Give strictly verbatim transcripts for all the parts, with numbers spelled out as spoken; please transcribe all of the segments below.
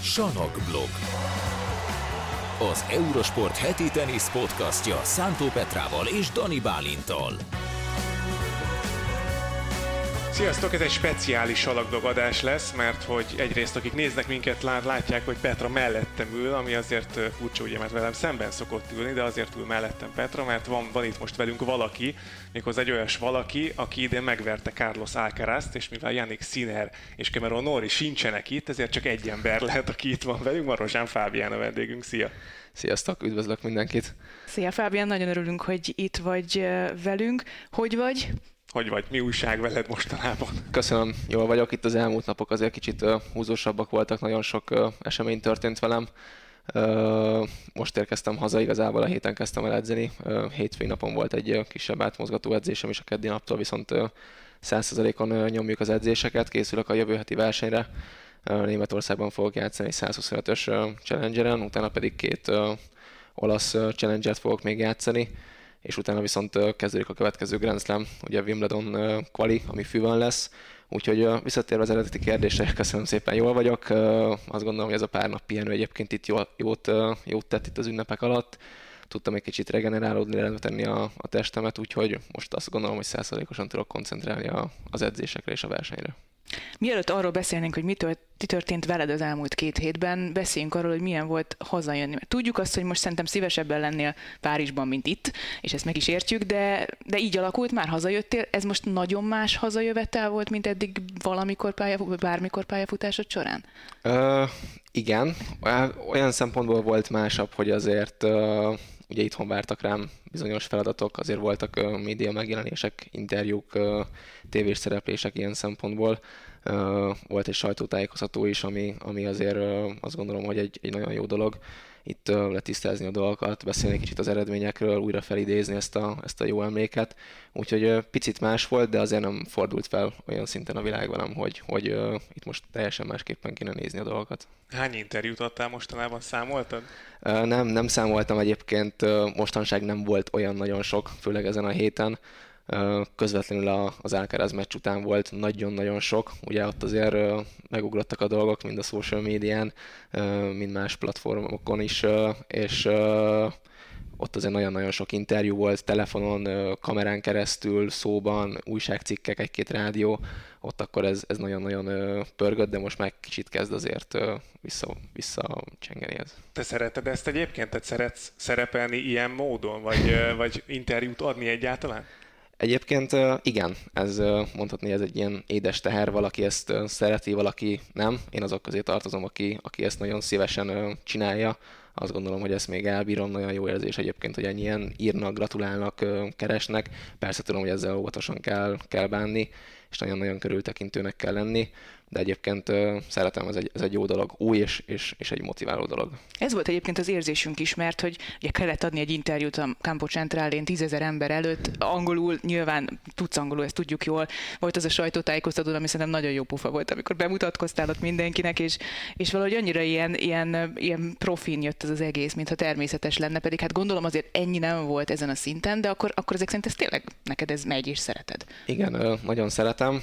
Sanokblog. Az Eurosport heti tenisz podcastja Szántó Petrával és Dani Bálinttal. Sziasztok, ez egy speciális Sanokblog adás lesz, mert hogy egyrészt akik néznek minket lát, látják, hogy Petra mellettem ül, ami azért furcsa, ugye, mert velem szemben szokott ülni, de azért ül mellettem Petra, mert van, van itt most velünk valaki, méghozzá egy olyas valaki, aki idén megverte Carlos Alcarazt, és mivel Jannik Sinner és Cameron Norrie sincsenek itt, ezért csak egy ember lehet, aki itt van velünk, Marozsán Fábián a vendégünk. Szia! Sziasztok, üdvözlök mindenkit! Szia Fábián, nagyon örülünk, hogy itt vagy velünk. Hogy vagy? Hogy vagy? Mi újság veled mostanában? Köszönöm, jól vagyok. Itt az elmúlt napok azért kicsit uh, húzósabbak voltak, nagyon sok uh, esemény történt velem. Uh, most érkeztem haza, igazából a héten kezdtem el edzeni. Uh, hétfői napon volt egy uh, kisebb átmozgató edzésem, és a keddi naptól viszont uh, száz százalékon uh, nyomjuk az edzéseket. Készülök a jövő heti versenyre. Uh, Németországban fogok játszani egy száz huszonötös uh, Challengeren, utána pedig két uh, olasz uh, Challengert fogok még játszani. És utána viszont kezdődik a következő Grand Slam, ugye a Wimbledon quali, ami fűvön lesz. Úgyhogy visszatérve az eredeti kérdésre, köszönöm szépen, jól vagyok. Azt gondolom, hogy ez a pár nap pihenő egyébként itt jót, jót, jót tett itt az ünnepek alatt. Tudtam egy kicsit regenerálódni, rendbe tenni a, a testemet, úgyhogy most azt gondolom, hogy száz százalékosan tudok koncentrálni a, az edzésekre és a versenyre. Mielőtt arról beszélnénk, hogy mi történt veled az elmúlt két hétben, beszéljünk arról, hogy milyen volt hazajönni. Mert tudjuk azt, hogy most szerintem szívesebben lennél Párizsban, mint itt, és ezt meg is értjük, de, de így alakult, már hazajöttél. Ez most nagyon más hazajövetel volt, mint eddig valamikor pálya, bármikor pályafutásod során? Ö, igen, olyan szempontból volt másabb, hogy azért ö, ugye itthon vártak rám bizonyos feladatok, azért voltak ö, média megjelenések, interjúk, ö, tévés szereplések ilyen szempontból. Ö, volt egy sajtótájékoztató is, ami, ami azért ö, azt gondolom, hogy egy, egy nagyon jó dolog. Itt ö, letisztázni a dolgokat, beszélni kicsit az eredményekről, újra felidézni ezt a, ezt a jó emléket. Úgyhogy ö, picit más volt, de azért nem fordult fel olyan szinten a világ velem, hogy, hogy ö, itt most teljesen másképpen kéne nézni a dolgokat. Hány interjút adtál mostanában, számoltad? Ö, nem, nem számoltam egyébként, ö, mostanság nem volt olyan nagyon sok, főleg ezen a héten. Közvetlenül az Alcaraz meccs után volt nagyon-nagyon sok, ugye ott azért megugrottak a dolgok, mind a social médián, mind más platformokon is, és ott azért nagyon-nagyon sok interjú volt, telefonon, kamerán keresztül, szóban, újságcikkek, egy-két rádió, ott akkor ez, ez nagyon-nagyon pörgött, de most már kicsit kezd azért vissza, visszacsengeni ez. Te szereted ezt egyébként? Te szeretsz szerepelni ilyen módon, vagy, vagy interjút adni egyáltalán? Egyébként igen, ez mondhatni, ez egy ilyen édes teher, valaki ezt szereti, valaki nem. Én azok közé tartozom, aki, aki ezt nagyon szívesen csinálja. Azt gondolom, hogy ezt még elbírom, nagyon jó érzés egyébként, hogy ennyien írnak, gratulálnak, keresnek. Persze tudom, hogy ezzel óvatosan kell, kell bánni, és nagyon-nagyon körültekintőnek kell lenni, de egyébként uh, szeretem, ez egy, ez egy jó dolog, új és, és, és egy motiváló dolog. Ez volt egyébként az érzésünk is, mert hogy ugye kellett adni egy interjút a Campo Centralén tízezer ember előtt, angolul, nyilván tudsz angolul, ezt tudjuk jól, volt az a sajtótájékoztató, ami szerintem nagyon jó pufa volt, amikor bemutatkoztál ott mindenkinek, és, és valahogy annyira ilyen, ilyen, ilyen profin jött ez az egész, mintha természetes lenne, pedig hát gondolom azért ennyi nem volt ezen a szinten, de akkor, akkor ezek szerint ez tényleg neked ez megy és szereted. Igen, nagyon szeretem.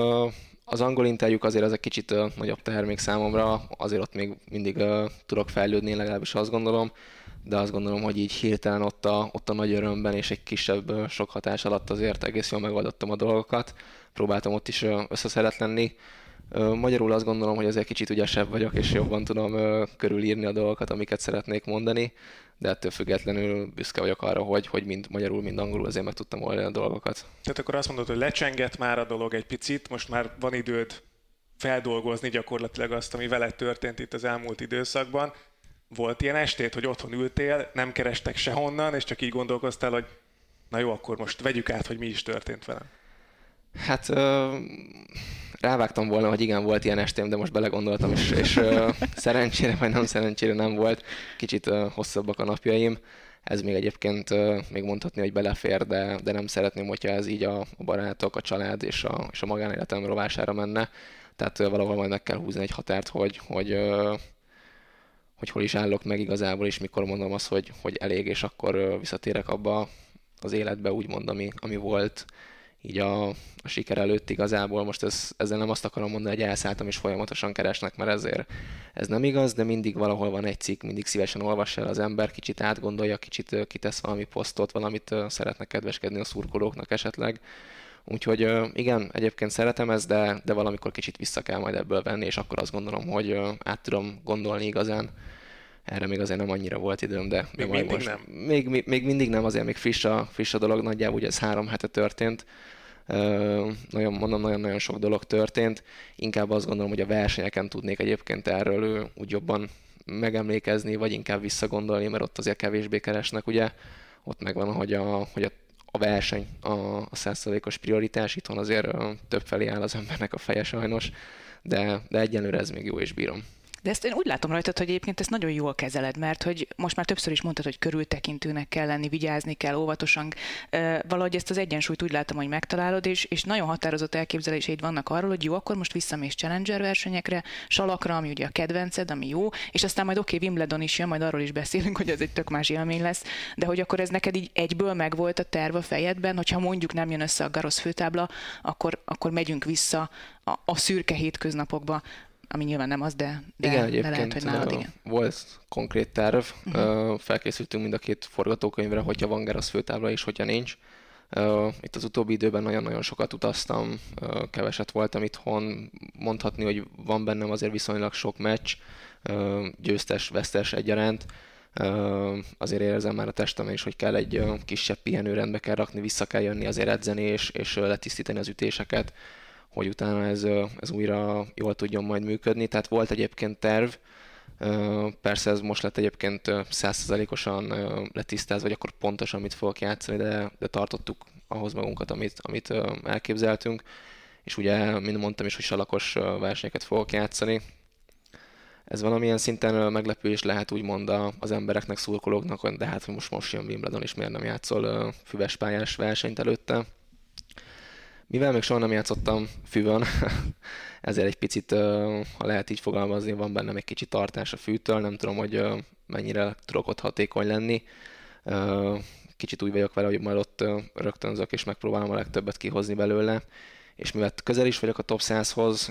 Az angol interjúk azért ez egy kicsit uh, nagyobb teher még számomra, azért ott még mindig uh, tudok fejlődni, legalábbis azt gondolom, de azt gondolom, hogy így hirtelen ott a, ott a nagy örömben és egy kisebb uh, sok hatás alatt azért egész jól megoldottam a dolgokat. Próbáltam ott is uh, összeszeret lenni. Uh, magyarul azt gondolom, hogy azért kicsit ügyesebb vagyok, és jobban tudom uh, körülírni a dolgokat, amiket szeretnék mondani, de ettől függetlenül büszke vagyok arra, hogy, hogy mind magyarul, mind angolul azért meg tudtam oldani a dolgokat. Tehát akkor azt mondod, hogy lecsengett már a dolog egy picit, most már van időd feldolgozni gyakorlatilag azt, ami veled történt itt az elmúlt időszakban. Volt ilyen estét, hogy otthon ültél, nem kerestek sehonnan, és csak így gondolkoztál, hogy na jó, akkor most vegyük át, hogy mi is történt velem. Hát uh, rávágtam volna, hogy igen, volt ilyen estém, de most belegondoltam, és, és uh, szerencsére vagy nem szerencsére nem volt. Kicsit uh, hosszabbak a napjaim. Ez még egyébként uh, még mondhatni, hogy belefér, de, de nem szeretném, hogyha ez így a, a barátok, a család és a, és a magánéletem rovására menne. Tehát uh, valahol majd meg kell húzni egy határt, hogy, hogy, uh, hogy hol is állok meg igazából, és mikor mondom azt, hogy, hogy elég, és akkor uh, visszatérek abba az életbe, úgymond, ami, ami volt. így a, a siker előtt igazából. Most ez, ezzel nem azt akarom mondani, hogy elszálltam és folyamatosan keresnek, mert ezért ez nem igaz, de mindig valahol van egy cikk, mindig szívesen olvassa el az ember, kicsit átgondolja, kicsit kitesz valami posztot, valamit szeretne kedveskedni a szurkolóknak esetleg. Úgyhogy igen, egyébként szeretem ezt, de, de valamikor kicsit vissza kell majd ebből venni, és akkor azt gondolom, hogy át tudom gondolni igazán. Erre még azért nem annyira volt időm, de, még de mindig most, nem? Még, még, még mindig nem, azért még friss a, friss a dolog, nagyjából ugye ez három hete történt. Uh, nagyon, mondom, nagyon-nagyon sok dolog történt. Inkább azt gondolom, hogy a versenyeken tudnék egyébként erről úgy jobban megemlékezni, vagy inkább visszagondolni, mert ott azért kevésbé keresnek, ugye. Ott megvan, hogy a, hogy a, a verseny a száz százalékos prioritás, itthon azért uh, több felé áll az embernek a feje sajnos, de, de egyenlőre ez még jó, és bírom. De ezt én úgy látom rajtad, hogy egyébként ezt nagyon jól kezeled, mert hogy most már többször is mondtad, hogy körültekintőnek kell lenni, vigyázni kell, óvatosan. Valahogy ezt az egyensúlyt úgy látom, hogy megtalálod, és, és nagyon határozott elképzeléseid vannak arról, hogy jó, akkor most visszamész Challenger versenyekre, salakra, ami ugye a kedvenced, ami jó, és aztán majd oké, okay, Wimbledon is jön, majd arról is beszélünk, hogy ez egy tök más élmény lesz, de hogy akkor ez neked így egyből megvolt a terv a fejedben, hogyha mondjuk nem jön össze a Garros főtábla, akkor, akkor megyünk vissza a, a szürke hétköznapokba, ami nyilván nem az, de, de, igen, de lehet, hogy nálad igen. Volt konkrét terv, Uh-huh. felkészültünk mind a két forgatókönyvre, hogyha van Garros főtábla és hogyha nincs. Itt az utóbbi időben nagyon-nagyon sokat utaztam, keveset voltam itthon, mondhatni, hogy van bennem azért viszonylag sok meccs, győztes, vesztes egyaránt. Azért érzem már a testemben is, hogy kell egy kisebb pihenőrendbe kell rakni, vissza kell jönni, azért edzeni és, és letisztítani az ütéseket, hogy utána ez, ez újra jól tudjon majd működni. Tehát volt egyébként terv, persze ez most lett egyébként száz százalékosan letisztázva, vagy akkor pontosan mit fogok játszani, de, de tartottuk ahhoz magunkat, amit, amit elképzeltünk. És ugye, mint mondtam is, hogy salakos versenyeket fogok játszani. Ez valamilyen szinten meglepő is lehet úgymond az embereknek, szurkolóknak, de hát most, most jön Wimbledon, és miért nem játszol füves pályás versenyt előtte. Mivel még soha nem játszottam füvön, ezért egy picit, ha lehet így fogalmazni, van bennem egy kicsi tartás a fűtől, nem tudom, hogy mennyire tudok ott hatékony lenni. Kicsit úgy vagyok vele, hogy majd ott rögtönzök, és megpróbálom a legtöbbet kihozni belőle. És mivel közel is vagyok a top százhoz,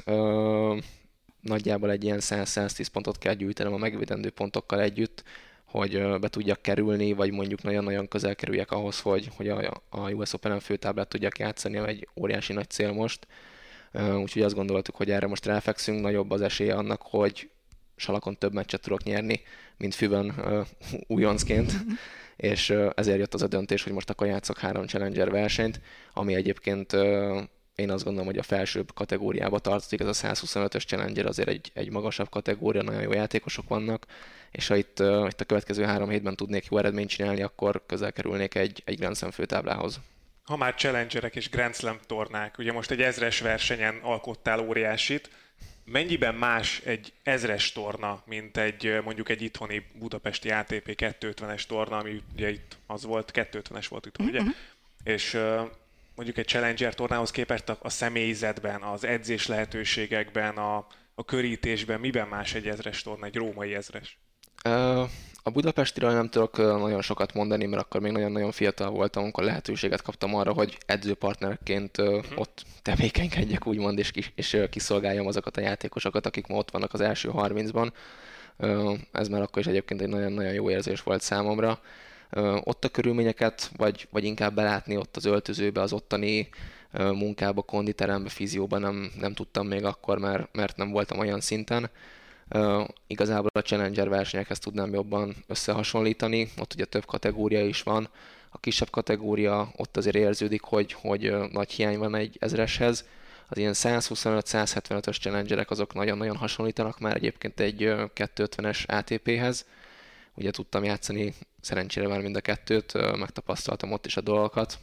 nagyjából egy ilyen száz-száztíz pontot kell gyűjtenem a megvédendő pontokkal együtt, hogy be tudjak kerülni, vagy mondjuk nagyon-nagyon közel kerüljek ahhoz, hogy, hogy a, a u es Open főtáblát tudjak játszani, ami egy óriási nagy cél most. Úgyhogy azt gondoltuk, hogy erre most ráfekszünk, nagyobb az esélye annak, hogy salakon több meccset tudok nyerni, mint füvön uh, újoncként. És uh, ezért jött az a döntés, hogy most akkor játszok három Challenger versenyt, ami egyébként uh, én azt gondolom, hogy a felsőbb kategóriába tartozik, ez a száz huszonötös Challenger azért egy, egy magasabb kategória, nagyon jó játékosok vannak, és ha itt, uh, itt a következő három hétben tudnék jó eredményt csinálni, akkor közel kerülnék egy, egy Grand Slam főtáblához. Ha már Challengerek és Grand Slam tornák, ugye most egy ezres versenyen alkottál óriásit, mennyiben más egy ezres torna, mint egy mondjuk egy itthoni budapesti á té pé kétszázötvenes torna, ami ugye itt az volt, kétszázötvenes volt itt, ugye? Mm-hmm. És uh, mondjuk egy Challenger tornához képest a, a személyzetben, az edzés lehetőségekben, a, a körítésben miben más egy ezres torna, egy római ezres? Uh... A budapestiről nem tudok nagyon sokat mondani, mert akkor még nagyon-nagyon fiatal voltam, amikor lehetőséget kaptam arra, hogy edzőpartnerként uh-huh. ott tevékenykedjek, úgymond, és, kis, és kiszolgáljam azokat a játékosokat, akik ma ott vannak az első harmincban. Ez már akkor is egyébként egy nagyon-nagyon jó érzés volt számomra. Ott a körülményeket, vagy, vagy inkább belátni ott az öltözőbe, az ottani munkába, konditerembe, fizióba nem, nem tudtam még akkor, mert, mert nem voltam olyan szinten. Uh, igazából a Challenger versenyekhez tudnám jobban összehasonlítani, ott ugye több kategória is van, a kisebb kategória ott azért érződik, hogy, hogy uh, nagy hiány van egy ezreshez, az ilyen száz huszonöt száz hetvenötös Challengerek azok nagyon-nagyon hasonlítanak már egyébként egy uh, kétszázötvenes á té péhez, ugye tudtam játszani szerencsére már mind a kettőt, uh, megtapasztaltam ott is a dolgokat.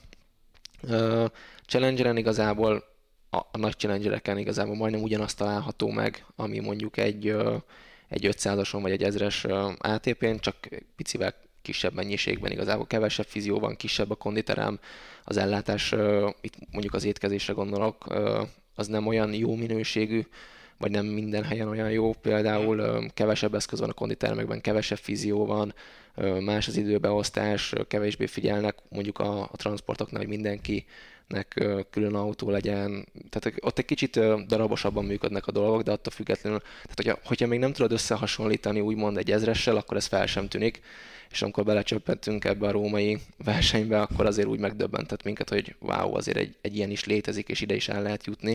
Uh, Challengeren igazából A, a nagy challengereken igazából majdnem ugyanazt található meg, ami mondjuk egy, egy ötszázason vagy egy ezres á té pén, csak picivel kisebb mennyiségben, igazából kevesebb fizió van, kisebb a konditerem, az ellátás, itt mondjuk az étkezésre gondolok, az nem olyan jó minőségű, vagy nem minden helyen olyan jó. Például kevesebb eszköz van a konditermekben, kevesebb fizió van, más az időbeosztás, kevésbé figyelnek mondjuk a, a transportoknál, hogy mindenkinek külön autó legyen. Tehát ott egy kicsit darabosabban működnek a dolgok, de attól függetlenül, tehát hogyha, hogyha még nem tudod összehasonlítani úgymond egy ezressel, akkor ez fel sem tűnik. És amikor belecsöppentünk ebbe a római versenybe, akkor azért úgy megdöbbentett minket, hogy wow, azért egy, egy ilyen is létezik, és ide is el lehet jutni.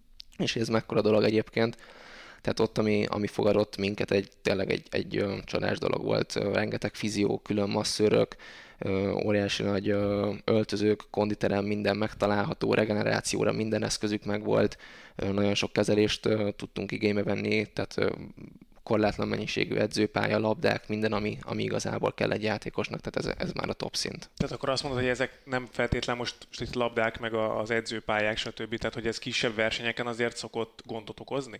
És ez mekkora dolog egyébként. Tehát ott, ami, ami fogadott minket, egy, tényleg egy, egy ö, csodás dolog volt. Rengeteg fizió, külön masszőrök, ö, óriási nagy ö, öltözők, konditerem, minden megtalálható, regenerációra minden eszközük megvolt. Ö, nagyon sok kezelést ö, tudtunk igénybe venni, tehát ö, korlátlan mennyiségű edzőpálya, labdák, minden, ami, ami igazából kell egy játékosnak, tehát ez, ez már a top szint. Tehát akkor azt mondod, hogy ezek nem feltétlen most, most itt labdák, meg az edzőpályák, stb. Tehát, hogy ez kisebb versenyeken azért szokott gondot okozni?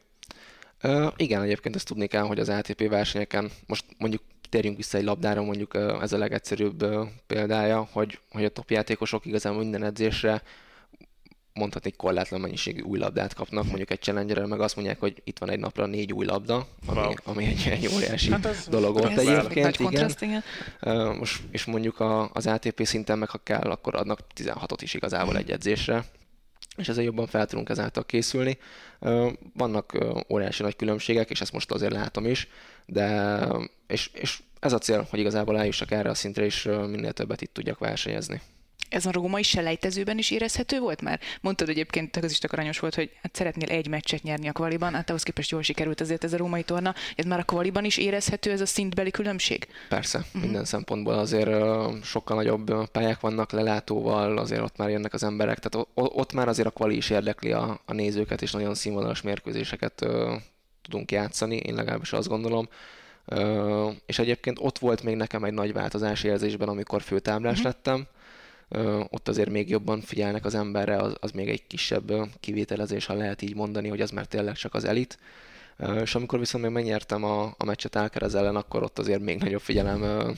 Uh, igen, egyébként ezt tudni kell, hogy az á té pé versenyeken, most mondjuk térjünk vissza egy labdára, mondjuk uh, ez a legegyszerűbb uh, példája, hogy, hogy a top játékosok igazából minden edzésre mondhatni korlátlan mennyiségű új labdát kapnak, mondjuk egy challengerrel, meg azt mondják, hogy itt van egy napra négy új labda, ami, wow. ami egy, egy óriási hát ez, dolog volt egyébként. Igen. igen. Uh, most, és mondjuk a, az á té pé szinten meg ha kell, akkor adnak tizenhatot is igazából egy edzésre, és ezzel jobban fel tudunk ezáltal készülni. Uh, vannak uh, óriási nagy különbségek, és ezt most azért látom is, de és, és ez a cél, hogy igazából eljussak erre a szintre, és uh, minél többet itt tudjak versenyezni. Ez a római selejtezőben is érezhető volt már? Mondtad egyébként, az is tök aranyos volt, hogy hát szeretnél egy meccset nyerni a kvaliban, hát ahhoz képest jól sikerült azért ez a római torna. Ez már a kvaliban is érezhető ez a szintbeli különbség? Persze, uh-huh. minden szempontból azért uh, sokkal nagyobb pályák vannak lelátóval, azért ott már jönnek az emberek, tehát o- ott már azért a kvali is érdekli a, a nézőket, és nagyon színvonalas mérkőzéseket uh, tudunk játszani, én legalábbis azt gondolom. Uh, és egyébként ott volt még nekem egy nagy változás érzésben, amikor főtáblás uh-huh. lettem. Uh, ott azért még jobban figyelnek az emberre, az, az még egy kisebb uh, kivételezés, ha lehet így mondani, hogy az már tényleg csak az elit. Uh, és amikor viszont még megnyertem a, a meccset Alcaraz ellen, akkor ott azért még nagyobb figyelem uh,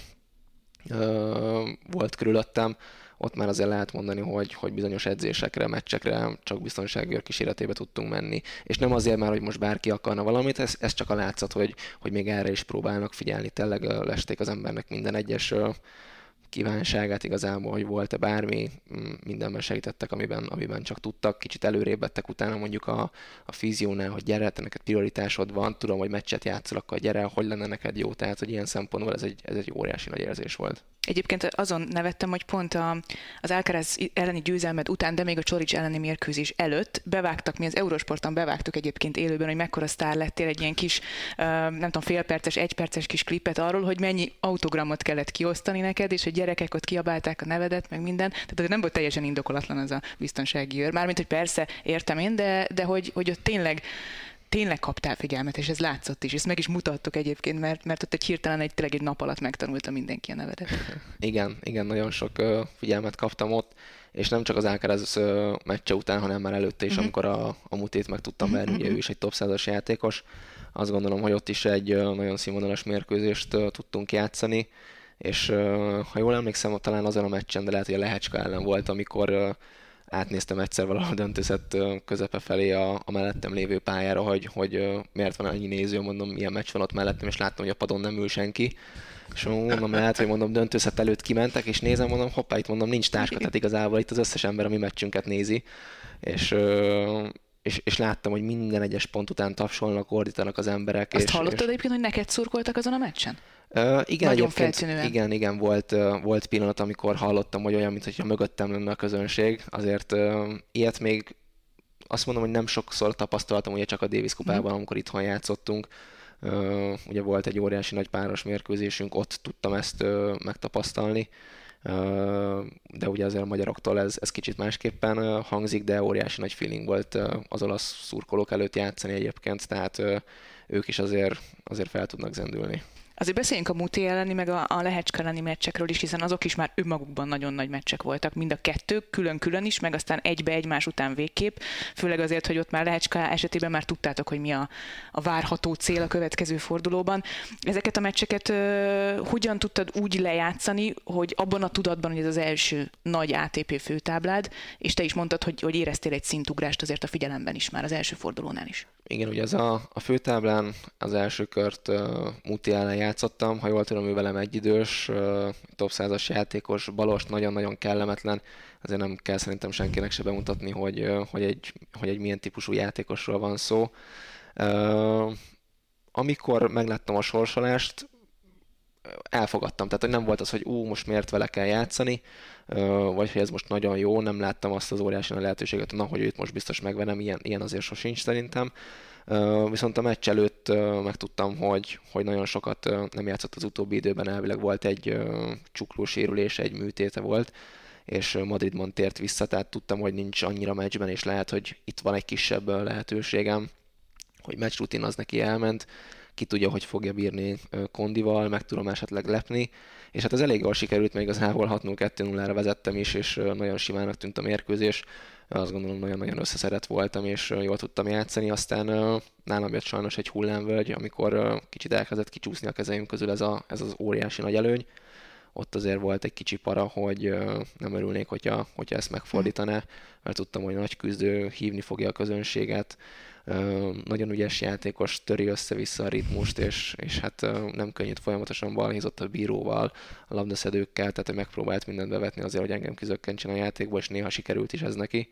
uh, volt körülöttem. Ott már azért lehet mondani, hogy, hogy bizonyos edzésekre, meccsekre csak biztonsági őr kíséretébe tudtunk menni. És nem azért már, hogy most bárki akarna valamit, ez, ez csak a látszat, hogy, hogy még erre is próbálnak figyelni. Tényleg uh, lesték az embernek minden egyes uh, kívánságát igazából, hogy volt-e bármi, mindenben segítettek, amiben, amiben csak tudtak. Kicsit előrébb vettek utána mondjuk a, a fíziónál, hogy gyere, te neked prioritásod van, tudom, hogy meccset játszol, akkor gyere, hogy lenne neked jó. Tehát, hogy ilyen szempontból ez egy, ez egy óriási nagy érzés volt. Egyébként azon nevettem, hogy pont a, az Alcaraz elleni győzelmed után, de még a Csorics elleni mérkőzés előtt bevágtak, mi az Eurosporton bevágtuk egyébként élőben, hogy mekkora sztár lettél, egy ilyen kis, nem tudom, félperces, egyperces kis klippet arról, hogy mennyi autogramot kellett kiosztani neked, és hogy gyerekek ott kiabálták a nevedet, meg minden. Tehát nem volt teljesen indokolatlan az a biztonsági őr. Mármint, hogy persze, értem én, de, de hogy, hogy ott tényleg tényleg kaptál figyelmet, és ez látszott is, ezt meg is mutattuk egyébként, mert, mert ott egy hirtelen egy, tényleg egy nap alatt megtanulta mindenki a nevedet. Igen, igen, nagyon sok uh, figyelmet kaptam ott, és nem csak az Alcaraz uh, meccse után, hanem már előtte is, uh-huh. amikor a, a Mutét meg tudtam verni, uh-huh. ugye ő is egy top százas játékos. Azt gondolom, hogy ott is egy uh, nagyon színvonalas mérkőzést uh, tudtunk játszani, és uh, ha jól emlékszem, talán azon a meccsen, de lehet, hogy a Lehecska ellen volt, amikor uh, átnéztem egyszer valahol döntőszett közepe felé a, a mellettem lévő pályára, hogy, hogy miért van annyi néző, mondom, milyen meccs van ott mellettem, és láttam, hogy a padon nem ül senki. És mondom, lehet, hogy mondom, döntőszett előtt kimentek, és nézem, mondom, hoppá, itt mondom, nincs táska, tehát igazából itt az összes ember a mi meccsünket nézi. És, és, és láttam, hogy minden egyes pont után tapsolnak, ordítanak az emberek. Azt és, hallottad és... egyébként, hogy neked szurkoltak azon a meccsen? Uh, igen, Nagyon feltűnően. Igen, igen, volt, uh, volt pillanat, amikor hallottam, hogy olyan, mintha mögöttem lenne a közönség. Azért uh, ilyet még azt mondom, hogy nem sokszor tapasztaltam, ugye csak a Davis kupában, mm. amikor itthon játszottunk. Uh, ugye volt egy óriási nagy páros mérkőzésünk, ott tudtam ezt uh, megtapasztalni. Uh, de ugye azért a magyaroktól ez, ez kicsit másképpen uh, hangzik, de óriási nagy feeling volt uh, az olasz szurkolók előtt játszani egyébként, tehát uh, ők is azért, azért fel tudnak zendülni. Azért beszéljünk a Muté elleni, meg a, a Lehecske elleni meccsekről is, hiszen azok is már önmagukban nagyon nagy meccsek voltak, mind a kettő, külön-külön is, meg aztán egybe egymás után végképp, főleg azért, hogy ott már Lehecske esetében már tudtátok, hogy mi a, a várható cél a következő fordulóban. Ezeket a meccseket uh, hogyan tudtad úgy lejátszani, hogy abban a tudatban, hogy ez az első nagy á té pé főtáblád, és te is mondtad, hogy, hogy éreztél egy szintugrást azért a figyelemben is már az első fordulónál is. Igen, ugye ez a, a főtáblán az első kört uh, Muté ellen játszottam, ha jól tudom, ő velem egyidős, uh, top százas játékos, Balost nagyon-nagyon kellemetlen, azért nem kell szerintem senkinek se bemutatni, hogy, uh, hogy, egy, hogy egy milyen típusú játékosról van szó. Uh, amikor megláttam a sorsolást, elfogadtam, tehát hogy nem volt az, hogy ú, most miért vele kell játszani, vagy hogy ez most nagyon jó, nem láttam azt az óriási lehetőséget, na, hogy őt most biztos megvenem, ilyen, ilyen azért sosincs szerintem. Viszont a meccs előtt megtudtam, hogy, hogy nagyon sokat nem játszott az utóbbi időben, elvileg volt egy csuklósérülés, egy műtéte volt, és Madridban tért vissza, tehát tudtam, hogy nincs annyira meccsben, és lehet, hogy itt van egy kisebb lehetőségem, hogy meccsrutin az neki elment, ki tudja, hogy fogja bírni kondival, meg tudom esetleg lepni, és hát ez elég jól sikerült, még igazából hat null kettő nullára vezettem is, és nagyon simának tűnt a mérkőzés, azt gondolom nagyon-nagyon összeszedett voltam, és jól tudtam játszani, aztán nálam jött sajnos egy hullámvölgy, amikor kicsit elkezdett kicsúszni a kezeim közül ez, a, ez az óriási nagy előny, ott azért volt egy kicsi para, hogy nem örülnék, hogyha, hogyha ezt megfordítaná, mert tudtam, hogy nagy küzdő hívni fogja a közönséget, nagyon ügyes játékos, töri össze-vissza a ritmust, és, és hát nem könnyű, folyamatosan balhézott a bíróval, a labdaszedőkkel, tehát hogy megpróbált mindent bevetni azért, hogy engem kizökkentsen a játékból, és néha sikerült is ez neki.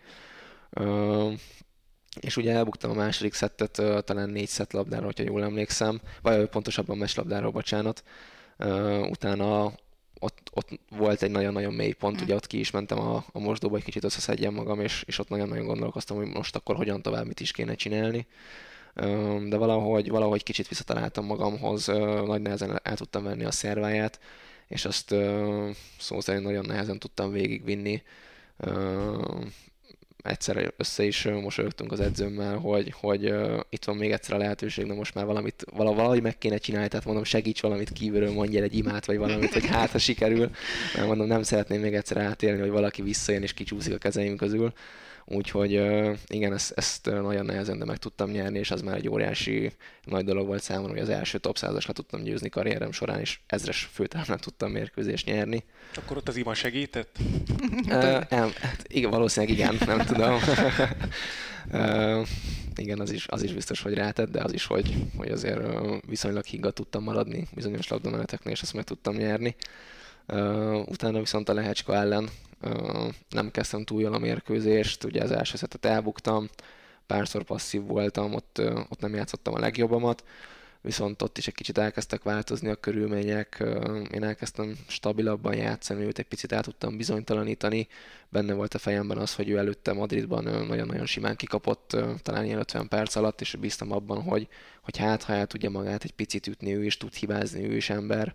És ugye elbuktam a második szettet, talán négy szett labdára, hogyha jól emlékszem, vagy pontosabban meccslabdáról, bocsánat. Utána Ott, ott volt egy nagyon-nagyon mély pont, ugye ott ki is mentem a, a mosdóba, egy kicsit összeszedjem magam, és, és ott nagyon-nagyon gondolkoztam, hogy most akkor hogyan tovább, mit is kéne csinálni. De valahogy, valahogy kicsit visszataláltam magamhoz, nagy nehezen el tudtam venni a szerváját, és azt szó szerint nagyon nehezen tudtam végigvinni. Egyszer össze is mosolyogtunk az edzőmmel, hogy, hogy uh, itt van még egyszer a lehetőség, de most már valamit, valahogy meg kéne csinálni, tehát mondom, segíts valamit kívülről, mondj egy imát, vagy valamit, hogy hát, ha sikerül. Mert mondom, nem szeretném még egyszer átélni, hogy valaki visszajön és kicsúszik a kezeim közül. Úgyhogy uh, igen, ezt, ezt nagyon nehezen, de meg tudtam nyerni, és az már egy óriási nagy dolog volt számomra, hogy az első top százas le tudtam győzni karrierem során, és ezres főtáblán tudtam mérkőzést nyerni. Akkor ott az ima segített? uh, nem, hát igen, valószínűleg igen, nem tudom. uh, igen, az is, az is biztos, hogy rátett, de az is, hogy, hogy azért uh, viszonylag higgadt tudtam maradni bizonyos labdameneteknél, és ezt meg tudtam nyerni. Uh, utána viszont a Lehecske ellen uh, nem kezdtem túl jól a mérkőzést, ugye az első szettet elbuktam, párszor passzív voltam, ott, uh, ott nem játszottam a legjobbamat, viszont ott is egy kicsit elkezdtek változni a körülmények, uh, én elkezdtem stabilabban játszani, őt egy picit el tudtam bizonytalanítani, benne volt a fejemben az, hogy ő előtte Madridban uh, nagyon-nagyon simán kikapott, uh, talán ilyen ötven perc alatt, és bíztam abban, hogy, hogy hát, ha el tudja magát egy picit ütni, ő is tud hibázni, ő is ember.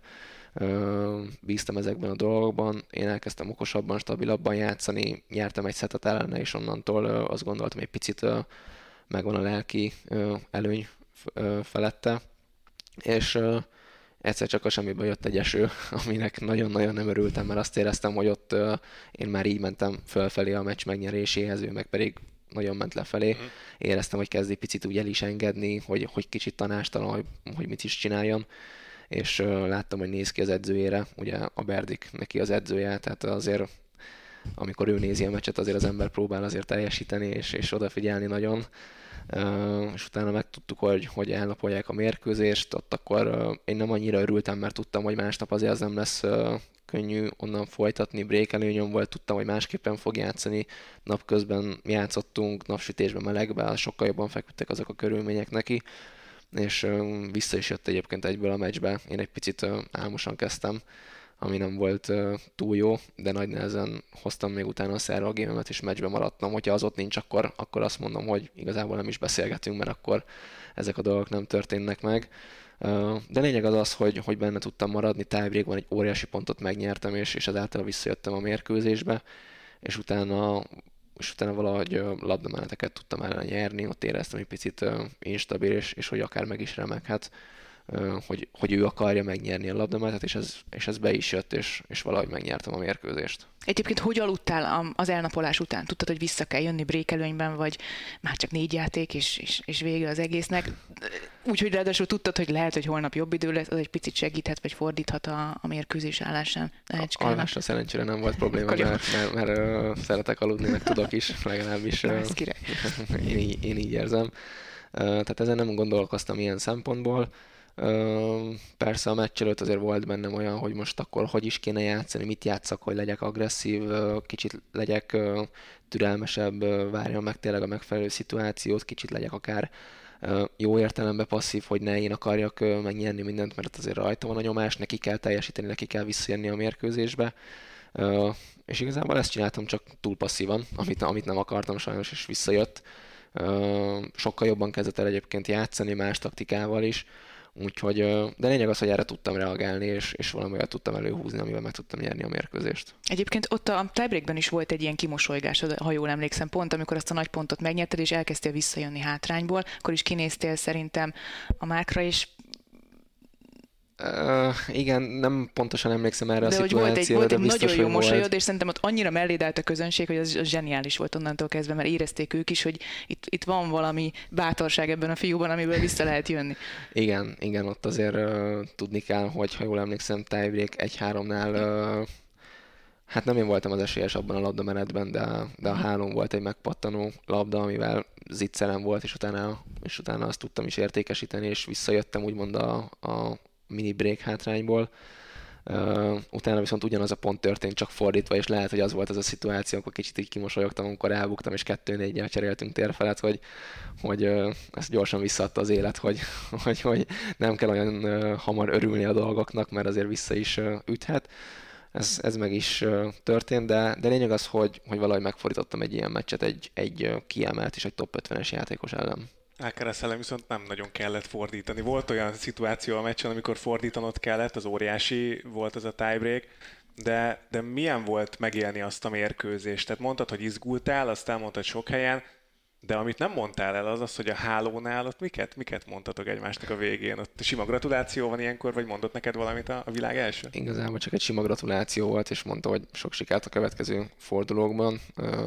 Bíztam ezekben a dolgokban, én elkezdtem okosabban, stabilabban játszani, nyertem egy szettet ellene, és onnantól azt gondoltam, hogy egy picit megvan a lelki előny felette, és egyszer csak a semmiből jött egy eső, aminek nagyon-nagyon nem örültem, mert azt éreztem, hogy ott én már így mentem fölfelé a meccs megnyeréséhez, ő meg pedig nagyon ment lefelé. Éreztem, hogy kezd egy picit úgy el is engedni, hogy, hogy kicsit tanástalan, hogy, hogy mit is csináljon, és uh, láttam, hogy néz ki az edzőjére, ugye a Berdik neki az edzője, tehát azért amikor ő nézi a meccset, azért az ember próbál azért teljesíteni, és, és odafigyelni nagyon. Uh, és utána megtudtuk, hogy, hogy elnapolják a mérkőzést, ott akkor uh, én nem annyira örültem, mert tudtam, hogy másnap azért az nem lesz uh, könnyű onnan folytatni, break előnyöm volt, tudtam, hogy másképpen fog játszani, napközben játszottunk, napsütésben, melegben, sokkal jobban feküdtek azok a körülmények neki, és uh, vissza is jött egyébként egyből a meccsbe. Én egy picit uh, álmosan kezdtem, ami nem volt uh, túl jó, de nagy nehezen hoztam még utána a szerva gémemet, és meccsbe maradtam. Hogyha az ott nincs, akkor, akkor azt mondom, hogy igazából nem is beszélgetünk, mert akkor ezek a dolgok nem történnek meg. Uh, de lényeg az az, hogy, hogy benne tudtam maradni, tiebreakban egy óriási pontot megnyertem, és, és ezáltal visszajöttem a mérkőzésbe, és utána és utána valahogy uh, labdameneteket tudtam ellen nyerni, ott éreztem, hogy picit uh, instabil, és, és hogy akár meg is remeghet. hogy, hogy ő akarja megnyerni a labdamenetet, és ez, és ez be is jött, és, és valahogy megnyertem a mérkőzést. Egyébként hogy aludtál az elnapolás után? Tudtad, hogy vissza kell jönni brékelőnyben, vagy már csak négy játék, és, és, és vége az egésznek? Úgyhogy ráadásul tudtad, hogy lehet, hogy holnap jobb idő lesz, az egy picit segíthet, vagy fordíthat a, a mérkőzés állásán. Alvásra szerencsére nem volt probléma, mert, mert, mert, mert uh, szeretek aludni, meg tudok is, legalábbis uh, én, így, én így érzem. Uh, tehát ezen nem gondolkoztam ilyen szempontból. Uh, persze a meccs előtt azért volt bennem olyan, hogy most akkor hogy is kéne játszani, mit játszak, hogy legyek agresszív, uh, kicsit legyek uh, türelmesebb, uh, várjam meg tényleg a megfelelő szituációt, kicsit legyek akár uh, jó értelemben passzív, hogy ne én akarjak uh, megnyerni mindent, mert azért rajta van a nyomás, neki kell teljesíteni, neki kell visszajönni a mérkőzésbe. Uh, és igazából ezt csináltam csak túl passzívan, amit, amit nem akartam sajnos, és visszajött. Uh, sokkal jobban kezdett el egyébként játszani más taktikával is, úgyhogy, de lényeg az, hogy erre tudtam reagálni, és, és valamivel tudtam előhúzni, amivel meg tudtam nyerni a mérkőzést. Egyébként ott a tiebreakben is volt egy ilyen kimosolygás, ha jól emlékszem, pont amikor azt a nagy pontot megnyerted, és elkezdtél visszajönni hátrányból, akkor is kinéztél szerintem a márkra, és Uh, igen, nem pontosan emlékszem erre de a szituációra, volt egy, volt egy biztos, nagyon jó mosolyod, volt. És szerintem ott annyira melléd állt a közönség, hogy az, az zseniális volt onnantól kezdve, mert érezték ők is, hogy itt, itt van valami bátorság ebben a fiúban, amiből vissza lehet jönni. Igen, igen, ott azért uh, tudni kell, hogy ha jól emlékszem, tiebreak egy-háromnál uh, hát nem én voltam az esélyes abban a labdamenetben, de, de a hálón volt egy megpattanó labda, amivel zicserem volt, és utána, és utána azt tudtam is értékesíteni, és visszajöttem úgymond a, a mini break hátrányból. Uh, utána viszont ugyanaz a pont történt, csak fordítva, és lehet, hogy az volt az a szituáció, akkor kicsit így kimosolyogtam, amikor elbuktam, és kettő négyel cseréltünk térfelet, hogy, hogy uh, ezt gyorsan visszaadta az élet, hogy, hogy, hogy nem kell olyan uh, hamar örülni a dolgoknak, mert azért vissza is uh, üthet. Ez, ez meg is uh, történt, de, de lényeg az, hogy, hogy valahogy megfordítottam egy ilyen meccset egy, egy uh, kiemelt és egy top ötvenes játékos ellen. Elkereszelem viszont nem nagyon kellett fordítani. Volt olyan szituáció a meccsen, amikor fordítanod kellett, az óriási volt az a tiebreak, de, de milyen volt megélni azt a mérkőzést? Tehát mondtad, hogy izgultál, azt elmondtad sok helyen, de amit nem mondtál el, az az, hogy a hálónál ott miket, miket mondtatok egymásnak a végén? Ott sima gratuláció van ilyenkor, vagy mondott neked valamit a, a világ első? Igazából csak egy sima gratuláció volt, és mondta, hogy sok sikert a következő fordulókban.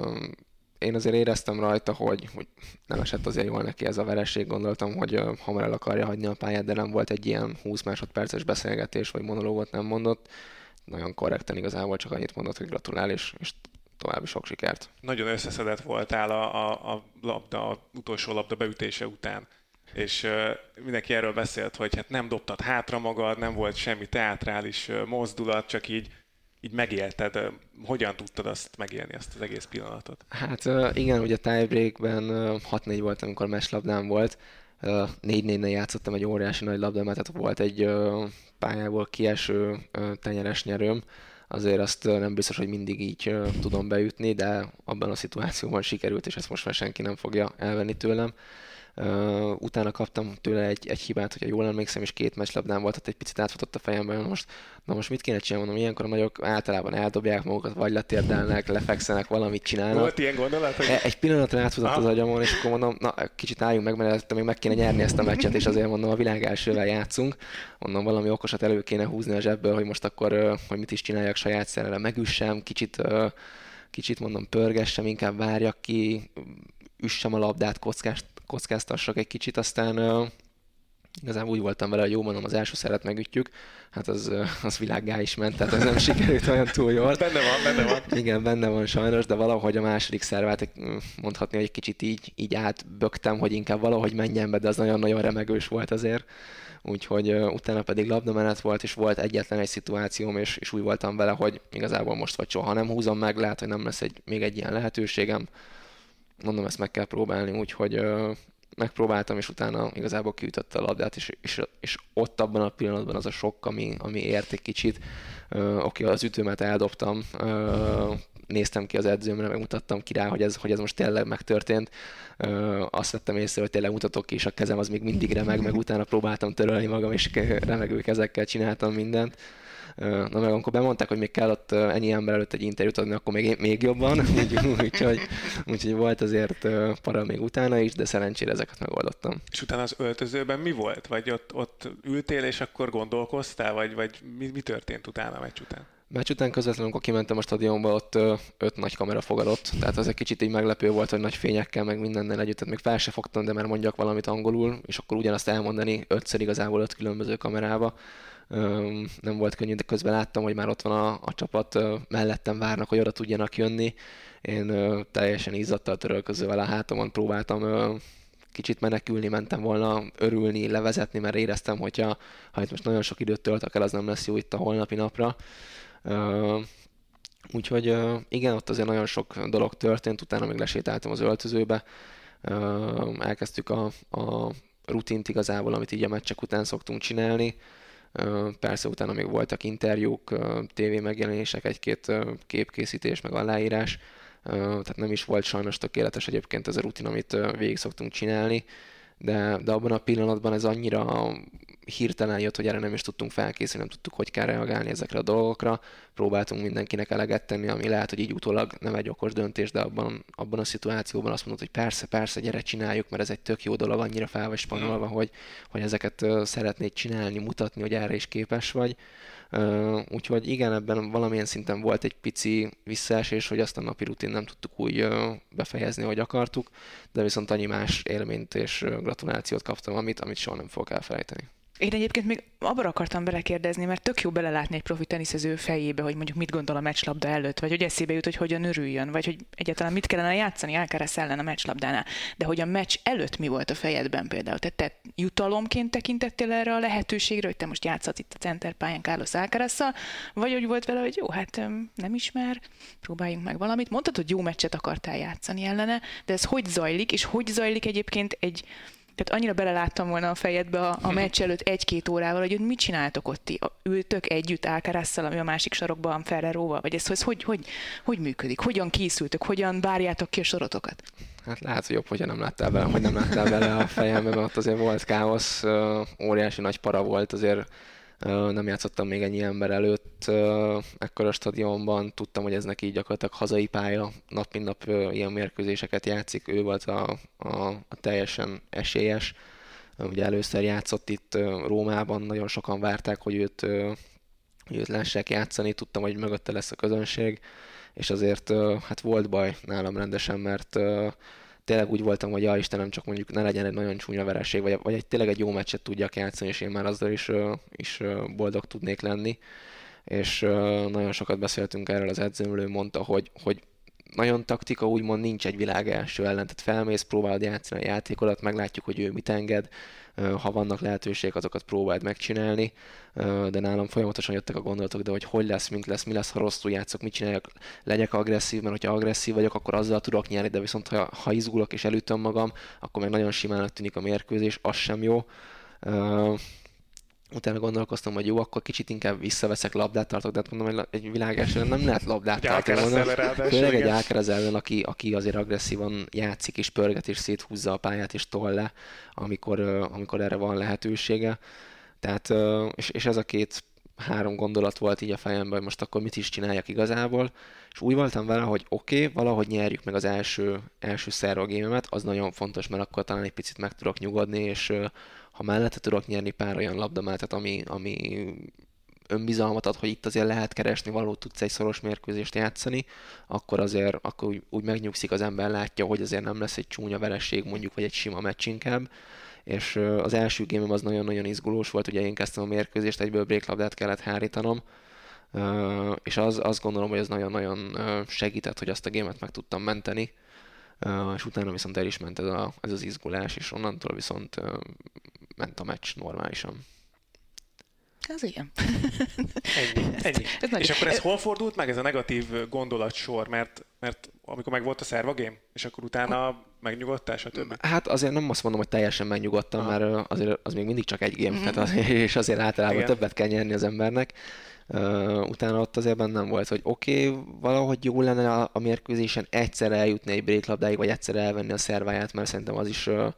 Én azért éreztem rajta, hogy, hogy nem esett azért jól neki ez a vereség, gondoltam, hogy uh, hamar el akarja hagyni a pályát, de nem volt egy ilyen húsz másodperces beszélgetés, vagy monológot nem mondott. Nagyon korrekten igazából csak annyit mondott, hogy gratulál, és, és további sok sikert. Nagyon összeszedett voltál a, a, a labda, a utolsó labda beütése után, és uh, mindenki erről beszélt, hogy hát nem dobtad hátra magad, nem volt semmi teátrális uh, mozdulat, csak így így megélted, hogyan tudtad azt megélni, azt az egész pillanatot? Hát igen, ugye tiebreakben hat négy volt, amikor meslabdám volt, négy négynél játszottam egy óriási nagy labdamenetet, volt egy pályából kieső tenyeres nyerőm, azért azt nem biztos, hogy mindig így tudom beütni, de abban a szituációban sikerült, és ezt most már senki nem fogja elvenni tőlem. Uh, utána kaptam tőle egy, egy hibát, hogyha jól emlékszem, és két meccslabdám volt, tehát egy picit átfutott a fejemben, most, na most mit kéne csinálni, mondom, ilyenkor a nagyok általában eldobják magukat, vagy letérdelnek, lefekszenek, valamit csinálnak. Volt ilyen gondolat? Hogy... Egy pillanatra átfutott ah. az agyamon, és akkor mondom, na kicsit álljunk meg, mert még meg kéne nyerni ezt a meccset, és azért mondom, a világ elsővel játszunk, mondom, valami okosat elő kéne húzni a zsebből, hogy most akkor, hogy mit is csináljak saját szerrel, megüssem, kicsit, kicsit mondom, pörgessem, inkább várjak ki, üssem a labdát, kockás, kockáztassak egy kicsit, aztán uh, igazából úgy voltam vele, hogy jó, mondom, az első szeret megütjük, hát az, uh, az világgá is ment, tehát ez nem sikerült olyan túl jól. Benne van, benne van. Igen, benne van sajnos, de valahogy a második szervát mondhatni, hogy egy kicsit így, így átbögtem, hogy inkább valahogy menjen be, de az nagyon-nagyon remegős volt azért. Úgyhogy uh, utána pedig labdamenet volt, és volt egyetlen egy szituációm, és, és úgy voltam vele, hogy igazából most vagy soha nem húzom meg, lehet, hogy nem lesz egy, még egy ilyen lehetőségem. Mondom, ezt meg kell próbálni, úgyhogy uh, megpróbáltam, és utána igazából kiütötte a labdát, és, és, és ott abban a pillanatban az a sok, ami, ami ért egy kicsit. Uh, Oké, az ütőmet eldobtam, uh, néztem ki az edzőmre, megmutattam ki rá, hogy ez, hogy ez most tényleg megtörtént. Uh, azt vettem észre, hogy tényleg mutatok ki, és a kezem az még mindig remeg, meg utána próbáltam törölni magam, és remegő kezekkel csináltam mindent. Na meg amikor bemondták, hogy még kell ott ennyi ember előtt egy interjút adni, akkor még, még jobban, úgyhogy, úgyhogy volt azért para még utána is, de szerencsére ezeket megoldottam. És utána az öltözőben mi volt? Vagy ott, ott ültél, és akkor gondolkoztál? Vagy, vagy mi, mi történt utána, a meccs után? Meccs után közvetlenül, amikor kimentem a stadionba, ott öt nagy kamera fogadott, tehát az egy kicsit így meglepő volt, hogy nagy fényekkel, meg mindennel együtt, tehát még fel se fogtam, de már mondjak valamit angolul, és akkor ugyanazt elmondani ötször igazából öt különböző kamerába. Nem volt könnyű, de közben láttam, hogy már ott van a, a csapat, mellettem várnak, hogy oda tudjanak jönni. Én teljesen izzadtal törölközővel a hátamon próbáltam kicsit menekülni, mentem volna örülni, levezetni, mert éreztem, hogyha ha itt most nagyon sok időt töltök el, az nem lesz jó itt a holnapi napra. Uh, úgyhogy uh, igen, ott azért nagyon sok dolog történt, utána még lesétáltam az öltözőbe, uh, elkezdtük a, a rutint igazából, amit így a meccsek után szoktunk csinálni. Uh, persze utána még voltak interjúk, uh, tévé megjelenések, egy-két uh, képkészítés, meg aláírás, uh, tehát nem is volt sajnos tökéletes egyébként ez a rutin, amit uh, végig szoktunk csinálni, de, de abban a pillanatban ez annyira hirtelen jött, hogy erre nem is tudtunk felkészülni, nem tudtuk, hogy kell reagálni ezekre a dolgokra. Próbáltunk mindenkinek eleget tenni, ami lehet, hogy így utólag nem egy okos döntés, de abban, abban a szituációban azt mondod, hogy persze, persze, gyere, csináljuk, mert ez egy tök jó dolog, annyira fel vagy spanyolva, hogy, hogy ezeket szeretnéd csinálni, mutatni, hogy erre is képes vagy. Úgyhogy igen, ebben valamilyen szinten volt egy pici visszaesés, hogy azt a napi rutin nem tudtuk úgy befejezni, ahogy akartuk, de viszont annyi más élményt és gratulációt kaptam, amit, amit soha nem fogok elfelejteni. Én egyébként még abban akartam belekérdezni, mert tök jó belelátni egy profi teniszező fejébe, hogy mondjuk mit gondol a meccslabda előtt, vagy hogy eszébe jut, hogy hogyan örüljön, vagy hogy egyáltalán mit kellene játszani Alcaraz ellen a meccslabdánál. De hogy a meccs előtt mi volt a fejedben például? Tehát te jutalomként tekintettél erre a lehetőségre, hogy te most játszhatsz itt a centerpályán Carlos Alcarazzal, vagy hogy volt vele, hogy jó, hát nem ismer, próbáljunk meg valamit. Mondtad, hogy jó meccset akartál játszani ellene, de ez hogy zajlik, és hogy zajlik egyébként egy Tehát annyira beleláttam volna a fejedbe a, a meccs előtt egy-két órával, hogy mit csináltok ott ti? Ültök együtt Alcarazzal, ami a másik sarokban Ferreróval? Vagy ez, ez hogy, hogy, hogy működik? Hogyan készültök? Hogyan várjátok ki a sorotokat? Hát lehet, hogy jobb, hogyha nem láttál bele, hogy nem láttál bele a fejembe, mert ott azért volt káosz, óriási nagy para volt, azért nem játszottam még ennyi ember előtt ekkora stadionban, tudtam, hogy ez neki gyakorlatilag hazai pálya, nap mint nap ilyen mérkőzéseket játszik, ő volt a, a, a teljesen esélyes, ugye először játszott itt Rómában, nagyon sokan várták, hogy őt, hogy őt lássák játszani, tudtam, hogy mögötte lesz a közönség, és azért hát volt baj nálam rendesen, mert tényleg úgy voltam, hogy ja Istenem, csak mondjuk ne legyen egy nagyon csúnya vereség, vagy, vagy egy, tényleg egy jó meccset tudjak játszani, és én már azzal is, is boldog tudnék lenni. És nagyon sokat beszéltünk erről, az edzőmről, mondta, hogy, hogy nagyon taktika, úgymond nincs egy világ első ellen, tehát felmész, próbálod játszani a játékodat, meglátjuk, hogy ő mit enged, ha vannak lehetőségek, azokat próbáld megcsinálni, de nálam folyamatosan jöttek a gondolatok, de hogy hogy lesz, mint lesz, mi lesz, ha rosszul játszok, mit csináljak, legyek agresszív, mert hogyha agresszív vagyok, akkor azzal tudok nyerni, de viszont ha, ha izgulok és elütöm magam, akkor meg nagyon simának tűnik a mérkőzés, az sem jó. Utána gondolkoztam, hogy jó, akkor kicsit inkább visszaveszek, labdát tartok, de hát mondom, hogy egy világesen nem lehet labdát tartani. Főleg egy Alcaraz ellen, aki, aki azért agresszívan játszik és pörget és széthúzza a pályát és tol le, amikor, amikor erre van lehetősége. Tehát, és, és ez a két három gondolat volt így a fejemben, hogy most akkor mit is csináljak igazából, és úgy voltam vele, hogy oké, okay, valahogy nyerjük meg az első, első szerva gémemet, az nagyon fontos, mert akkor talán egy picit meg tudok nyugodni, és ha mellette tudok nyerni pár olyan labdameltet, ami, ami önbizalmat ad, hogy itt azért lehet keresni, valahol tudsz egy szoros mérkőzést játszani, akkor azért akkor úgy, úgy megnyugszik az ember, látja, hogy azért nem lesz egy csúnya vereség mondjuk, vagy egy sima meccs inkább. És az első gémem az nagyon-nagyon izgulós volt, ugye én kezdtem a mérkőzést, egyből breaklabdát kellett hárítanom, és az, azt gondolom, hogy ez nagyon-nagyon segített, hogy azt a gémet meg tudtam menteni, és utána viszont el is ment ez, a, ez az izgulás, és onnantól viszont ment a meccs normálisan. Az igen. Ennyi. ennyi. És akkor ez hol fordult meg, ez a negatív gondolatsor, mert, mert amikor meg volt a szerva game, és akkor utána megnyugodtál, stb.? Hát azért nem azt mondom, hogy teljesen megnyugodtam, Aha. mert azért az még mindig csak egy game, mm-hmm. tehát az, és azért általában igen. többet kell nyerni az embernek. Uh, utána ott azért bennem volt, hogy oké, okay, valahogy jó lenne a, a mérkőzésen egyszer eljutni egy breaklabdáig, vagy egyszer elvenni a szerváját, mert szerintem az is, uh,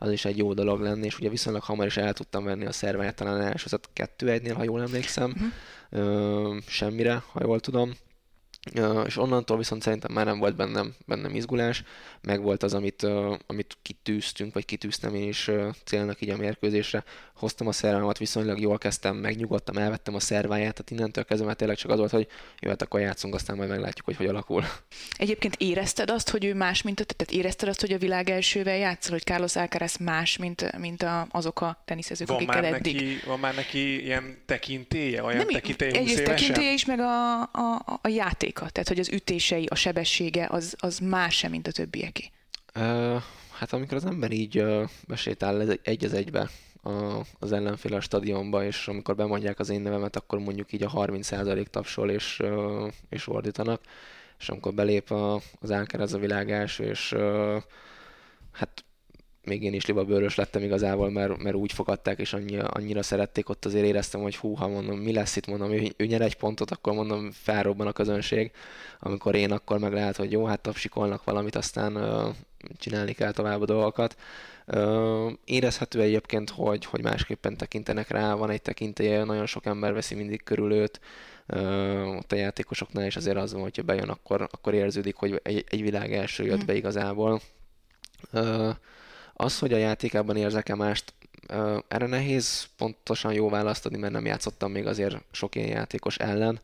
az is egy jó dolog lenne, és ugye viszonylag hamar is el tudtam venni a szerváját, talán első kettő egynél, ha jól emlékszem, uh-huh. Ö, semmire, ha jól tudom. Uh, és onnantól viszont szerintem már nem volt bennem, bennem izgulás, meg volt az, amit, uh, amit kitűztünk, vagy kitűztem én is uh, célnak így a mérkőzésre. Hoztam a szervámat, viszonylag jól kezdtem, megnyugodtam, elvettem a szerváját, tehát innentől kezdve már tényleg csak az volt, hogy jó, hát akkor játszunk, aztán majd meglátjuk, hogy hogy alakul. Egyébként érezted azt, hogy ő más, mint a, tehát érezted azt, hogy a világ elsővel játszol, hogy Carlos Alcaraz más, mint, mint a, azok a teniszezők, van akikkel már eddig. Neki, van már neki ilyen tekintélye, olyan tekintélye húsz egyrészt évesen? tekintélye is, meg a, a, a játéka, tehát hogy az ütései, a sebessége, az, az más, mint a többieké. Uh, hát amikor az ember így uh, besétál egy az egybe a, az ellenfél a stadionba, és amikor bemondják az én nevemet, akkor mondjuk így a harminc százalék tapsol és, uh, és ordítanak, és amikor belép a, az Alcaraz a világ első, és uh, hát még én is libabőrös lettem igazából, mert, mert úgy fogadták, és annyira, annyira szerették, ott azért éreztem, hogy hú, ha mondom, mi lesz itt, mondom, ő, ő nyer egy pontot, akkor mondom, felrobban a közönség. Amikor én, akkor meg lehet, hogy jó, hát tapsikolnak valamit, aztán uh, csinálni kell tovább a dolgokat. Uh, érezhető egyébként, hogy, hogy másképpen tekintenek rá, van egy tekintélye, nagyon sok ember veszi mindig körül őt, uh, ott a játékosoknál is azért az van, hogyha bejön, akkor, akkor érződik, hogy egy, egy világ első jött be igazából. Uh, Az, hogy a játékában érzek-e mást, erre nehéz pontosan jó választ adni, mert nem játszottam még azért sok ilyen játékos ellen.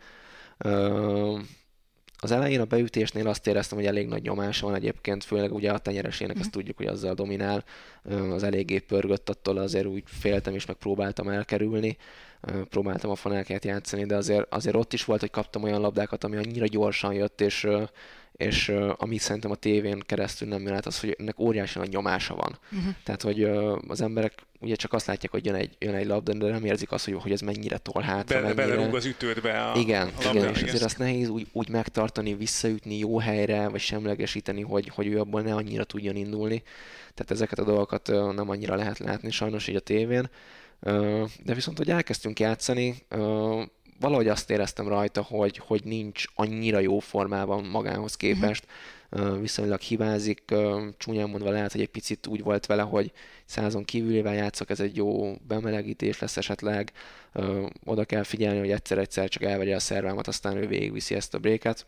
Az elején a beütésnél azt éreztem, hogy elég nagy nyomása van egyébként, főleg ugye a tenyeresének, mm. ezt tudjuk, hogy azzal dominál, az eléggé pörgött, attól azért úgy féltem és meg próbáltam elkerülni, próbáltam a fonálkát játszani, de azért, azért ott is volt, hogy kaptam olyan labdákat, ami annyira gyorsan jött, és és uh, ami szerintem a tévén keresztül nem jön át, az, hogy ennek óriási nagy nyomása van. Uh-huh. Tehát, hogy uh, az emberek ugye csak azt látják, hogy jön egy, jön egy labda, de nem érzik azt, hogy, hogy ez mennyire tol hátra. Be, mennyire... Belerúg az ütődbe a, igen, a labda. Igen, és azért azt nehéz úgy, úgy megtartani, visszaütni jó helyre, vagy semlegesíteni, hogy, hogy ő abból ne annyira tudjon indulni. Tehát ezeket a dolgokat uh, nem annyira lehet látni, sajnos így a tévén. Uh, de viszont, hogy elkezdtünk játszani, uh, valahogy azt éreztem rajta, hogy, hogy nincs annyira jó formában magához képest, uh-huh. viszonylag hibázik, csúnyán mondva lehet, hogy egy picit úgy volt vele, hogy százon kívülével játszok, ez egy jó bemelegítés lesz esetleg, oda kell figyelni, hogy egyszer-egyszer csak elvegye a szervámat, aztán ő végigviszi ezt a breaket.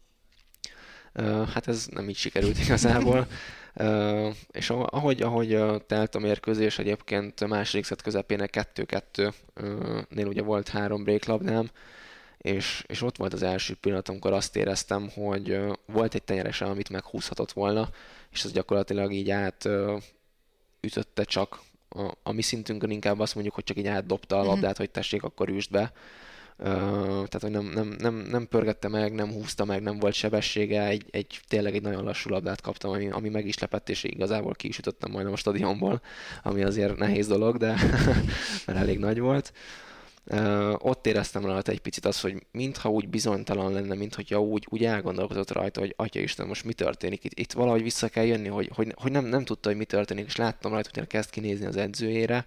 Hát ez nem így sikerült igazából. Uh, és ahogy, ahogy uh, telt a mérkőzés, egyébként a második szett közepének kettő-kettő-nél ugye volt három break labdám, és, és ott volt az első pillanat, amikor azt éreztem, hogy uh, volt egy tenyerese, amit meghúzhatott volna, és az gyakorlatilag így át uh, ütötte csak. A, a mi szintünkön inkább azt mondjuk, hogy csak így átdobta a labdát, mm-hmm. hogy tessék, akkor üsd be. Uh, tehát, hogy nem, nem, nem, nem pörgette meg, nem húzta meg, nem volt sebessége, egy, egy, tényleg egy nagyon lassú labdát kaptam, ami, ami meg is lepett, és igazából ki is ütöttem majdnem a stadionból, ami azért nehéz dolog, de mert elég nagy volt. Uh, ott éreztem rajta egy picit azt, hogy mintha úgy bizonytalan lenne, mintha úgy, úgy elgondolkodott rajta, hogy Atyaisten, most mi történik, itt, itt valahogy vissza kell jönni, hogy, hogy, hogy nem, nem tudta, hogy mi történik, és láttam rajta, hogy kezd kinézni az edzőjére,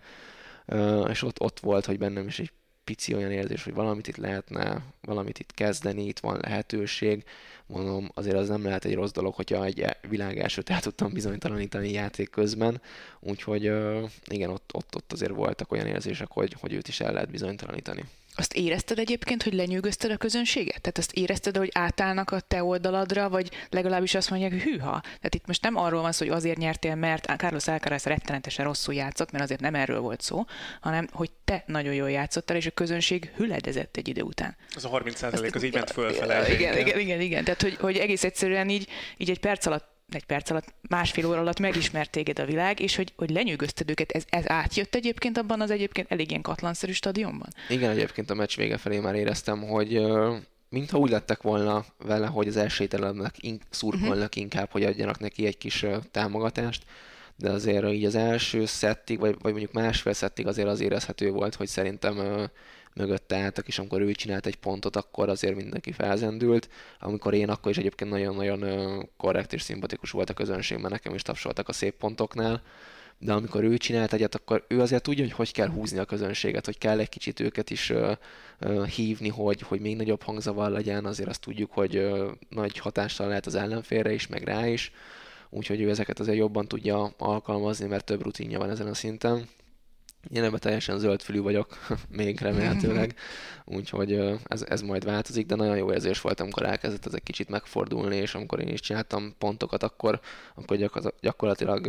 uh, és ott, ott volt, hogy bennem is egy pici olyan érzés, hogy valamit itt lehetne, valamit itt kezdeni, itt van lehetőség. Mondom, azért az nem lehet egy rossz dolog, hogyha egy világ elsőt el tudtam bizonytalanítani játék közben. Úgyhogy igen, ott, ott, ott azért voltak olyan érzések, hogy, hogy őt is el lehet bizonytalanítani. Azt érezted egyébként, hogy lenyűgözted a közönséget? Tehát azt érezted, hogy átállnak a te oldaladra, vagy legalábbis azt mondják, hogy hűha. Tehát itt most nem arról van szó, hogy azért nyertél, mert Carlos Alcaraz rettenetesen rosszul játszott, mert azért nem erről volt szó, hanem hogy te nagyon jól játszottál, és a közönség hüledezett egy idő után. Az a harminc százalék az így ment fölfele. Igen, igen, igen, igen. Tehát, hogy, hogy egész egyszerűen így, így egy perc alatt egy perc alatt, másfél óra alatt megismert téged a világ, és hogy, hogy lenyűgözted őket. Ez, ez átjött egyébként abban az egyébként elég ilyen katlanszerű stadionban? Igen, egyébként a meccs vége felé már éreztem, hogy uh, mintha úgy lettek volna vele, hogy az esélytelennek in- szurkolnak uh-huh. inkább, hogy adjanak neki egy kis uh, támogatást, de azért így az első szettig, vagy, vagy mondjuk másfél szettig azért az érezhető volt, hogy szerintem uh, mögötte álltak, és amikor ő csinált egy pontot, akkor azért mindenki felzendült. Amikor én, akkor is egyébként nagyon-nagyon korrekt és szimpatikus volt a közönség, mert nekem is tapsoltak a szép pontoknál. De amikor ő csinált egyet, akkor ő azért tudja, hogy hogy kell húzni a közönséget, hogy kell egy kicsit őket is uh, uh, hívni, hogy, hogy még nagyobb hangzavar legyen, azért azt tudjuk, hogy uh, nagy hatással lehet az ellenfélre is, meg rá is. úgyhogy ő ezeket azért jobban tudja alkalmazni, mert több rutinja van ezen a szinten. Én ebben teljesen zöldfülű vagyok, még remélhetőleg, úgyhogy ez, ez majd változik, de nagyon jó érzés volt, amikor elkezdett ez egy kicsit megfordulni, és amikor én is csináltam pontokat, akkor, akkor gyakorlatilag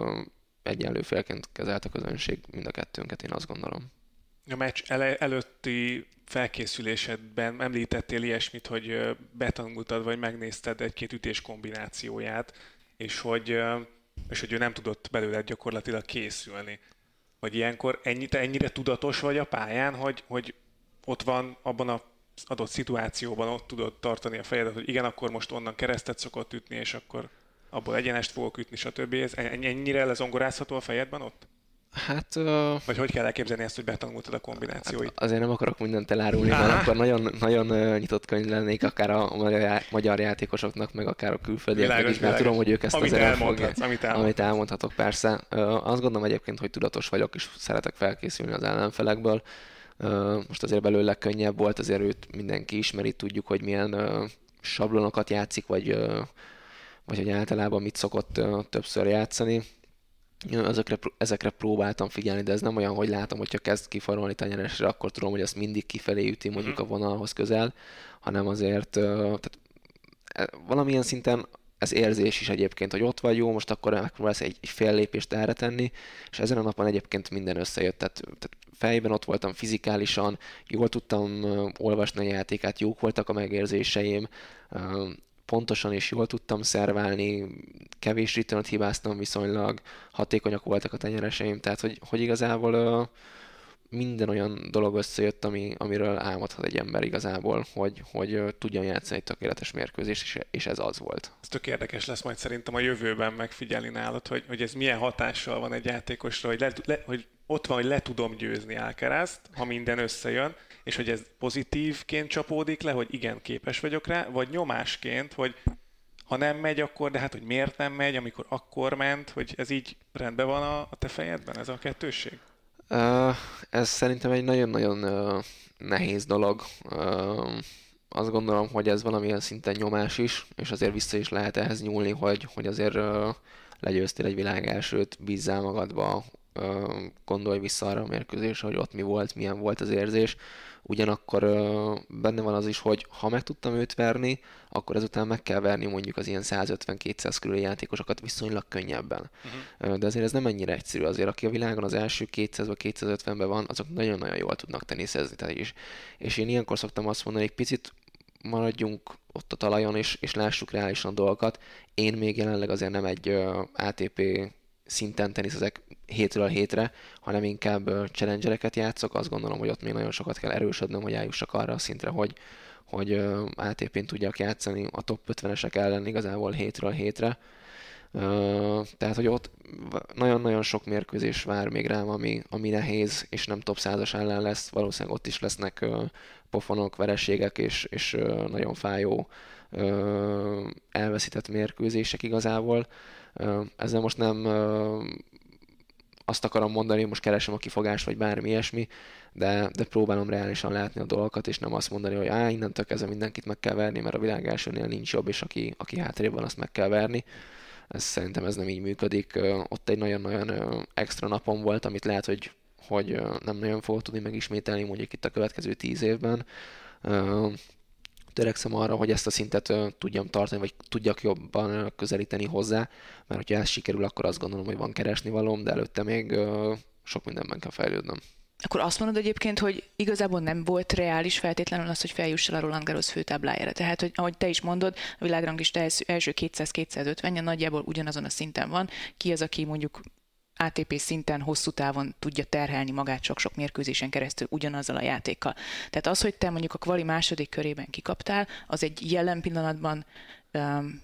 egyenlő félként kezelt a közönség mind a kettőnket, én azt gondolom. A meccs ele- előtti felkészülésedben említettél ilyesmit, hogy betanultad, vagy megnézted egy-két ütés kombinációját, és hogy, és hogy ő nem tudott belőle gyakorlatilag készülni. Hogy ilyenkor ennyi, te ennyire tudatos vagy a pályán, hogy, hogy ott van abban az adott szituációban, ott tudod tartani a fejedet, hogy igen, akkor most onnan keresztet szokott ütni, és akkor abból egyenest fogok ütni, stb. Ez ennyire lezongorázható a fejedben ott? Hát... Uh, Vagy hogy kell elképzelni ezt, hogy betanultad a kombinációit? Hát azért nem akarok mindent elárulni, mert akkor nagyon, nagyon uh, nyitott könyv lennék akár a magyar, magyar játékosoknak, meg akár a külföldieknek is, mert tudom, hogy ők ezt amit azért elmondhatsz, amit, elmondhatsz. amit elmondhatok, persze. Uh, azt gondolom egyébként, hogy tudatos vagyok, és szeretek felkészülni az ellenfelekből. Uh, most azért belőle könnyebb volt, azért őt mindenki ismeri, tudjuk, hogy milyen uh, sablonokat játszik, vagy, uh, vagy hogy általában mit szokott uh, többször játszani. Ezekre, ezekre próbáltam figyelni, de ez nem olyan, hogy látom, hogyha kezd kifarolni tenyeresre, akkor tudom, hogy azt mindig kifelé üti mondjuk a vonalhoz közel, hanem azért tehát valamilyen szinten ez érzés is egyébként, hogy ott vagy jó, most akkor megpróbálsz egy, egy fél lépést erre tenni, és ezen a napon egyébként minden összejött, tehát, tehát fejben ott voltam fizikálisan, jól tudtam olvasni a játékát, jók voltak a megérzéseim, pontosan és jól tudtam szerválni, kevés return-t hibáztam viszonylag, hatékonyak voltak a tenyereseim, tehát hogy, hogy igazából uh, minden olyan dolog összejött, ami, amiről álmodhat egy ember igazából, hogy, hogy uh, tudjon játszani egy tökéletes mérkőzést, és, és ez az volt. Ez tök érdekes lesz majd szerintem a jövőben megfigyelni nálad, hogy, hogy ez milyen hatással van egy játékosra, hogy, le, le, hogy ott van, hogy le tudom győzni Alcarazt, ha minden összejön, és hogy ez pozitívként csapódik le, hogy igen, képes vagyok rá, vagy nyomásként, hogy ha nem megy, akkor, de hát, hogy miért nem megy, amikor akkor ment, hogy ez így rendben van a, a te fejedben, ez a kettősség? Uh, ez szerintem egy nagyon-nagyon uh, nehéz dolog. Uh, azt gondolom, hogy ez valamilyen szinten nyomás is, és azért vissza is lehet ehhez nyúlni, hogy, hogy azért uh, legyőztél egy világ elsőt, bízzál magadba, uh, gondolj vissza arra a mérkőzésre, hogy ott mi volt, milyen volt az érzés. Ugyanakkor uh, benne van az is, hogy ha meg tudtam őt verni, akkor ezután meg kell verni mondjuk az ilyen száz ötven-kétszáz körüli játékosokat viszonylag könnyebben. Uh-huh. Uh, de azért ez nem ennyire egyszerű. Azért aki a világon az első kétszázban, kétszázötvenben van, azok nagyon-nagyon jól tudnak teniszezni. Tehát is. És én ilyenkor szoktam azt mondani, hogy picit maradjunk ott a talajon, és, és lássuk reálisan a dolgokat. Én még jelenleg azért nem egy uh, á té pé szinten teniszezek hétről hétre, hanem inkább uh, challengereket játszok. Azt gondolom, hogy ott még nagyon sokat kell erősödnöm, hogy eljussak arra a szintre, hogy, hogy uh, á té pén tudjak játszani a top ötvenesek ellen igazából hétről hétre. Uh, tehát, hogy ott nagyon-nagyon sok mérkőzés vár még rám, ami, ami nehéz, és nem top százas ellen lesz. Valószínűleg ott is lesznek uh, pofonok, vereségek, és, és uh, nagyon fájó uh, elveszített mérkőzések igazából. Uh, ezzel most nem uh, azt akarom mondani, hogy most keresem a kifogást, vagy bármi ilyesmi, de, de próbálom reálisan látni a dolgokat, és nem azt mondani, hogy á, innentől kezdve mindenkit meg kell verni, mert a világ elsőnél nincs jobb, és aki, aki hátrébb van, azt meg kell verni. Ez, szerintem ez nem így működik. Uh, ott egy nagyon-nagyon uh, extra napom volt, amit lehet, hogy, hogy uh, nem nagyon fogok tudni megismételni mondjuk itt a következő tíz évben. Uh, törekszem arra, hogy ezt a szintet uh, tudjam tartani, vagy tudjak jobban uh, közelíteni hozzá, mert hogyha ez sikerül, akkor azt gondolom, hogy van keresnivalóm, de előtte még uh, sok mindenben kell fejlődnöm. Akkor azt mondod egyébként, hogy igazából nem volt reális feltétlenül az, hogy feljuss el a Roland Garros főtáblájára. Tehát, hogy ahogy te is mondod, a világranglista első kétszáz-kétszázötven nagyjából ugyanazon a szinten van. Ki az, aki mondjuk á té pé szinten hosszú távon tudja terhelni magát sok-sok mérkőzésen keresztül ugyanazzal a játékkal. Tehát az, hogy te mondjuk a kvali második körében kikaptál, az egy jelen pillanatban um,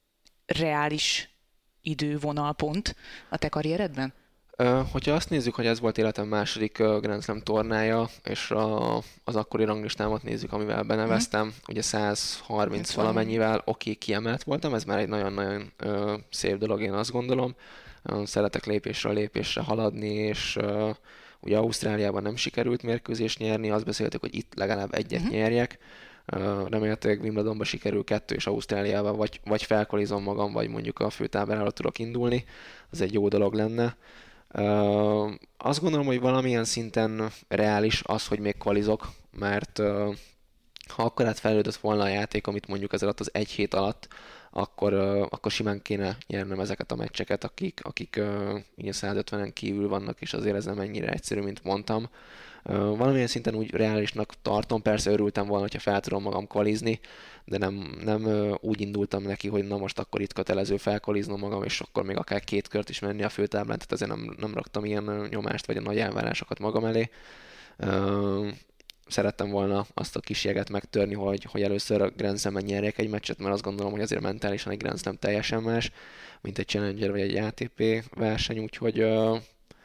reális idővonalpont a te karrieredben? Uh, hogyha azt nézzük, hogy ez volt életem második uh, Grand Slam tornája, és a, az akkori ranglistámat nézzük, amivel beneveztem, mm. ugye száz harminc ez valamennyivel, oké, okay, kiemelt voltam, ez már egy nagyon-nagyon uh, szép dolog, én azt gondolom. Uh, szeretek lépésről lépésre haladni, és uh, ugye Ausztráliában nem sikerült mérkőzést nyerni, azt beszéltük, hogy itt legalább egyet mm-hmm. nyerjek. Remélhetőleg Wimbledonba sikerül kettő, és Ausztráliában vagy, vagy felkolizom magam, vagy mondjuk a főtáblára tudok indulni. Ez egy jó dolog lenne. Uh, azt gondolom, hogy valamilyen szinten reális az, hogy még kvalizok, mert uh, ha akkor átfejlődött volna a játék, amit mondjuk ez alatt az egy hét alatt, akkor, uh, akkor simán kéne nyernem ezeket a meccseket, akik, akik uh, így száz ötvenen kívül vannak, és azért ez nem ennyire egyszerű, mint mondtam. Uh, valamilyen szinten úgy reálisnak tartom, persze örültem volna, hogyha fel tudom magam kvalizni, de nem, nem uh, úgy indultam neki, hogy na most akkor itt kötelező felkvaliznom magam, és akkor még akár két kört is menni a főtáblán, tehát azért nem, nem raktam ilyen uh, nyomást, vagy a nagy elvárásokat magam elé. Uh, szerettem volna azt a kis jeget megtörni, hogy, hogy először a Grand Slam-en nyerjek egy meccset, mert azt gondolom, hogy azért mentálisan egy Grand Slam teljesen más, mint egy Challenger vagy egy á té pé verseny, úgyhogy uh,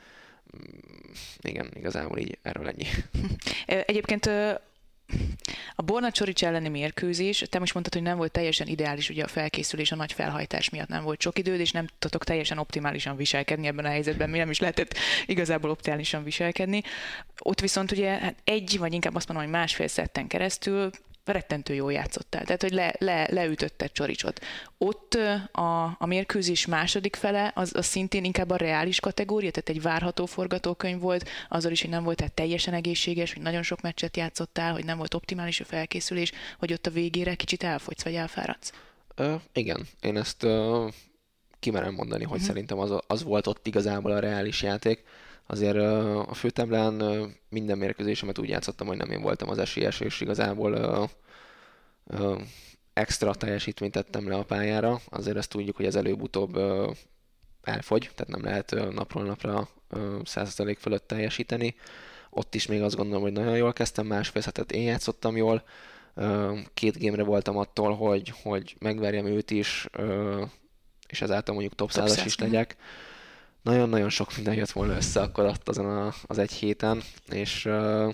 igen, igazából így erről ennyi. Egyébként a Borna Csorics elleni mérkőzés, te most mondtad, hogy nem volt teljesen ideális ugye a felkészülés, a nagy felhajtás miatt nem volt sok időd, és nem tudtok teljesen optimálisan viselkedni ebben a helyzetben, mi nem is lehetett igazából optimálisan viselkedni. Ott viszont ugye hát egy, vagy inkább azt mondom, hogy másfél szetten keresztül rettentő jól játszottál, tehát hogy le, le, leütötted Csoricsot. Ott a, a mérkőzés második fele, az, az szintén inkább a reális kategória, tehát egy várható forgatókönyv volt, azzal is, hogy nem voltál teljesen egészséges, hogy nagyon sok meccset játszottál, hogy nem volt optimális a felkészülés, hogy ott a végére kicsit elfogysz, vagy elfáradsz. Ö, igen, én ezt ö, kimerem mondani, hogy uh-huh. szerintem az, az volt ott igazából a reális játék. Azért ö, a főtáblán ö, minden mérkőzésemet úgy játszottam, hogy nem én voltam az esélyes, és igazából ö, ö, extra teljesítményt tettem le a pályára. Azért ezt tudjuk, hogy ez előbb-utóbb ö, elfogy, tehát nem lehet ö, napról napra száz százalék fölött teljesíteni. Ott is még azt gondolom, hogy nagyon jól kezdtem, másfél szettet én játszottam jól. Ö, két gémre voltam attól, hogy, hogy megverjem őt is, ö, és ezáltal mondjuk top százas is legyek. Nagyon-nagyon sok minden jött volna össze akkor ott azon a, az egy héten, és uh,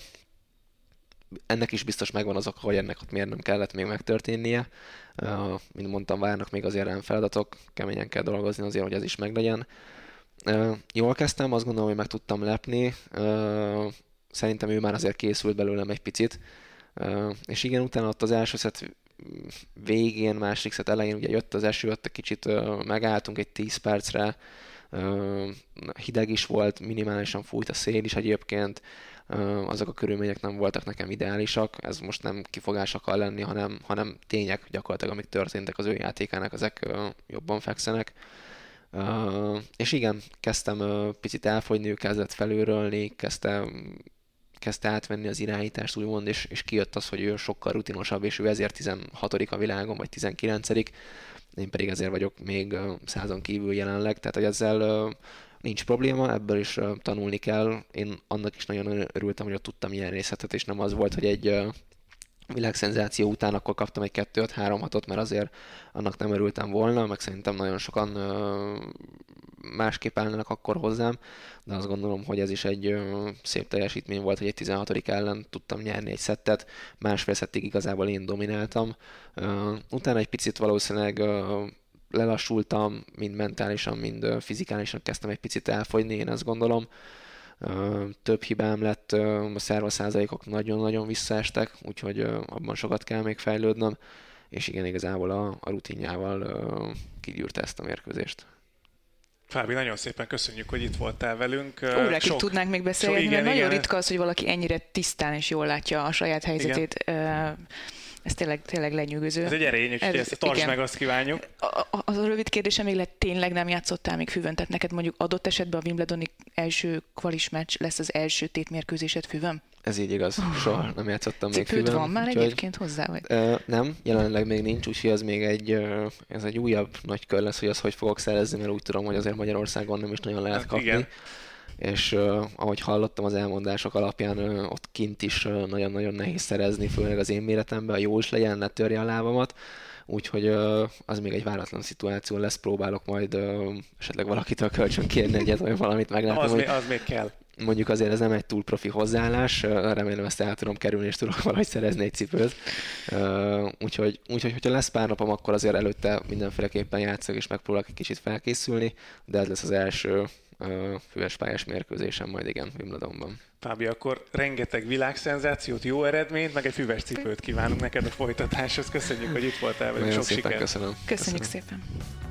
ennek is biztos megvan az oka, hogy ennek ott miért nem kellett még megtörténnie. Uh, mint mondtam, várnak még azért rám feladatok, keményen kell dolgozni azért, hogy ez is meglegyen. Uh, jól kezdtem, azt gondolom, hogy meg tudtam lepni. Uh, szerintem ő már azért készült belőlem egy picit. Uh, és igen, utána ott az első szett végén, második szett elején ugye jött az eső, ott egy kicsit uh, megálltunk egy tíz percre, Uh, hideg is volt, minimálisan fújt a szél is egyébként, uh, azok a körülmények nem voltak nekem ideálisak, ez most nem kifogás akar lenni, hanem, hanem tények gyakorlatilag, amik történtek az ő játékának, ezek uh, jobban fekszenek. Uh, és igen, kezdtem uh, picit elfogyni, ő kezdett felülrölni, kezdte, kezdte átvenni az irányítást úgymond, és, és kijött az, hogy ő sokkal rutinosabb, és ő ezért tizenhatodik a világon, vagy tizenkilencedik Én pedig ezért vagyok még uh, százon kívül jelenleg, tehát hogy ezzel uh, nincs probléma, ebből is uh, tanulni kell. Én annak is nagyon örültem, hogy ott tudtam ilyen részletet, és nem az volt, hogy egy uh, világszenzáció után akkor kaptam egy kettő öt három hatot, mert azért annak nem örültem volna, meg szerintem nagyon sokan uh, másképp állnának akkor hozzám, de azt gondolom, hogy ez is egy uh, szép teljesítmény volt, hogy egy tizenhatodik ellen tudtam nyerni egy szettet, másfél szettig igazából én domináltam. Uh, utána egy picit valószínűleg uh, lelassultam, mind mentálisan, mind uh, fizikálisan kezdtem egy picit elfogyni, én azt gondolom. Uh, több hibám lett, uh, a szerva százalékok nagyon-nagyon visszaestek, úgyhogy uh, abban sokat kell még fejlődnöm, és igen, igazából a, a rutinjával uh, kigyűrte ezt a mérkőzést. Fábi, nagyon szépen köszönjük, hogy itt voltál velünk. Órákig sok, tudnánk még beszélgetni, mert nagyon ritka az, hogy valaki ennyire tisztán és jól látja a saját helyzetét. Igen. Ez tényleg, tényleg lenyűgöző. Ez egy erény, úgyhogy ezt tartsd igen. meg, azt kívánjuk. A, az a rövid kérdésem még lett, tényleg nem játszottál még Füvön? Tehát neked mondjuk adott esetben a Wimbledoni első kvalis meccs lesz az első tétmérkőzésed Füvön? Ez így igaz, soha nem játszottam még Füvön. Cipőd van már úgyhogy, egyébként hozzá? Vagy? Uh, nem, jelenleg még nincs, úgyhogy az még egy, uh, ez egy újabb nagy kör lesz, hogy azt hogy fogok szerezni, mert úgy tudom, hogy azért Magyarországon nem is nagyon lehet hát kapni. Igen. És uh, ahogy hallottam az elmondások alapján, uh, ott kint is uh, nagyon-nagyon nehéz szerezni, főleg az én méretemben, a jó is legyen, ne törje a lábamat. Úgyhogy uh, az még egy váratlan szituáció lesz, próbálok majd uh, esetleg valakitől kölcsön kérni egyet, vagy valamit meglátom. Az, hogy még, az még kell. Mondjuk azért ez nem egy túl profi hozzáállás, remélem ezt el tudom kerülni, és tudok valahogy szerezni egy cipőt. Úgyhogy, úgyhogy, hogyha lesz pár napom, akkor azért előtte mindenféleképpen játszok, és megpróbálok egy kicsit felkészülni, de ez lesz az első füvespályás mérkőzésen, majd igen, Wimbledonban. Fábio, akkor rengeteg világszenzációt, jó eredményt, meg egy füves cipőt kívánunk neked a folytatáshoz. Köszönjük, hogy itt voltál velünk. Sok szépen sikert! köszönöm. Köszönjük köszönöm. szépen!